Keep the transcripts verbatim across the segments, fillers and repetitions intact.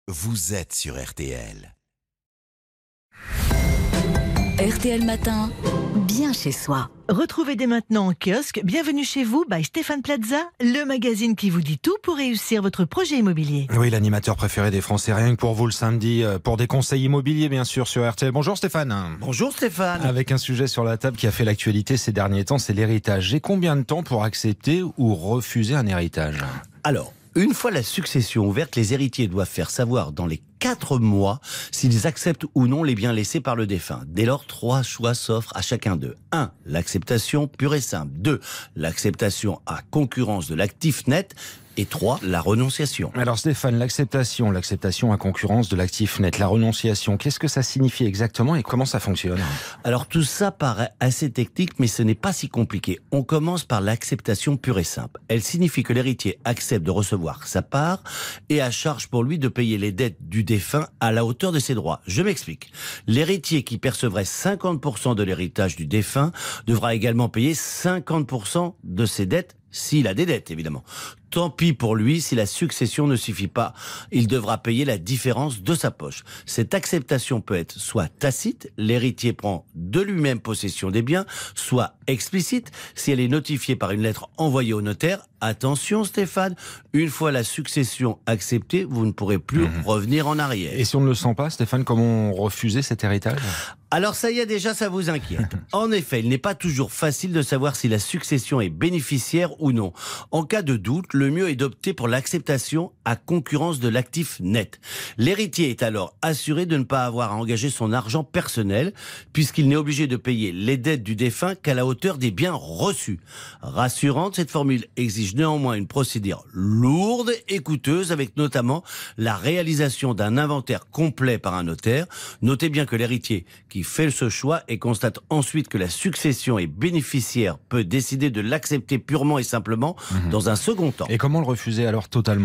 vous êtes sur R T L. R T L Matin, bien chez soi. Retrouvez dès maintenant en kiosque Bienvenue chez vous by Stéphane Plaza, le magazine qui vous dit tout pour réussir votre projet immobilier. Oui, l'animateur préféré des Français, rien que pour vous le samedi, pour des conseils immobiliers bien sûr sur R T L. Bonjour Stéphane. Bonjour Stéphane. Avec un sujet sur la table qui a fait l'actualité ces derniers temps, c'est l'héritage. J'ai combien de temps pour accepter ou refuser un héritage ? Alors, une fois la succession ouverte, les héritiers doivent faire savoir dans les quatre mois s'ils acceptent ou non les biens laissés par le défunt. Dès lors, trois choix s'offrent à chacun d'eux. un. L'acceptation pure et simple. deux. L'acceptation à concurrence de l'actif net. Et trois. La renonciation. Alors Stéphane, l'acceptation, l'acceptation à concurrence de l'actif net, la renonciation, qu'est-ce que ça signifie exactement et comment ça fonctionne ? Alors tout ça paraît assez technique, mais ce n'est pas si compliqué. On commence par l'acceptation pure et simple. Elle signifie que l'héritier accepte de recevoir sa part et à charge pour lui de payer les dettes du défunt à la hauteur de ses droits. Je m'explique. L'héritier qui percevrait cinquante pour cent de l'héritage du défunt devra également payer cinquante pour cent de ses dettes, s'il a des dettes évidemment. Tant pis pour lui si la succession ne suffit pas. Il devra payer la différence de sa poche. Cette acceptation peut être soit tacite, l'héritier prend de lui-même possession des biens, soit explicite, si elle est notifiée par une lettre envoyée au notaire. Attention Stéphane, une fois la succession acceptée, vous ne pourrez plus mmh. revenir en arrière. Et si on ne le sent pas, Stéphane, comment refuser cet héritage ? Alors ça y est, déjà ça vous inquiète. En effet, il n'est pas toujours facile de savoir si la succession est bénéficiaire ou non. En cas de doute, le mieux est d'opter pour l'acceptation à concurrence de l'actif net. L'héritier est alors assuré de ne pas avoir à engager son argent personnel, puisqu'il n'est obligé de payer les dettes du défunt qu'à la hauteur des biens reçus. Rassurante, cette formule exige néanmoins une procédure lourde et coûteuse, avec notamment la réalisation d'un inventaire complet par un notaire. Notez bien que l'héritier qui fait ce choix et constate ensuite que la succession est bénéficiaire peut décider de l'accepter purement et simplement mmh. dans un second temps. Et comment le refuser alors totalement ?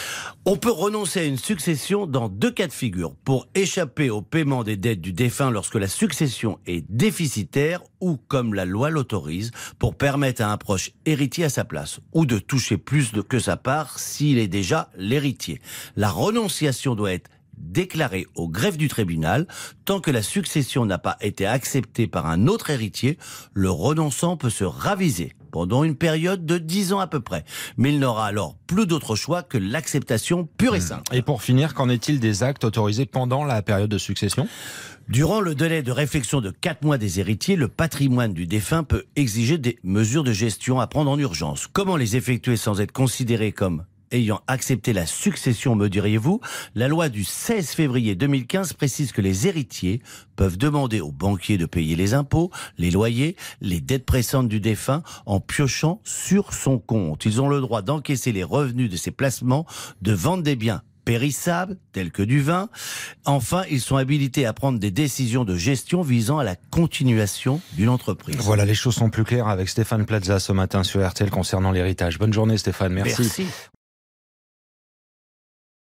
On peut renoncer à une succession dans deux cas de figure. Pour échapper au paiement des dettes du défunt lorsque la succession est déficitaire ou, comme la loi l'autorise, pour permettre à un proche héritier à sa place ou de toucher plus de, que sa part s'il est déjà l'héritier. La renonciation doit être déclarée au greffe du tribunal. Tant que la succession n'a pas été acceptée par un autre héritier, le renonçant peut se raviser pendant une période de dix ans à peu près. Mais il n'aura alors plus d'autre choix que l'acceptation pure et simple. Et pour finir, qu'en est-il des actes autorisés pendant la période de succession ? Durant le délai de réflexion de quatre mois des héritiers, le patrimoine du défunt peut exiger des mesures de gestion à prendre en urgence. Comment les effectuer sans être considérés comme ayant accepté la succession, me diriez-vous ? La loi du seize février deux mille quinze précise que les héritiers peuvent demander aux banquiers de payer les impôts, les loyers, les dettes pressantes du défunt en piochant sur son compte. Ils ont le droit d'encaisser les revenus de ces placements, de vendre des biens périssables, tels que du vin. Enfin, ils sont habilités à prendre des décisions de gestion visant à la continuation d'une entreprise. Voilà, les choses sont plus claires avec Stéphane Plaza ce matin sur R T L concernant l'héritage. Bonne journée Stéphane, merci. Merci.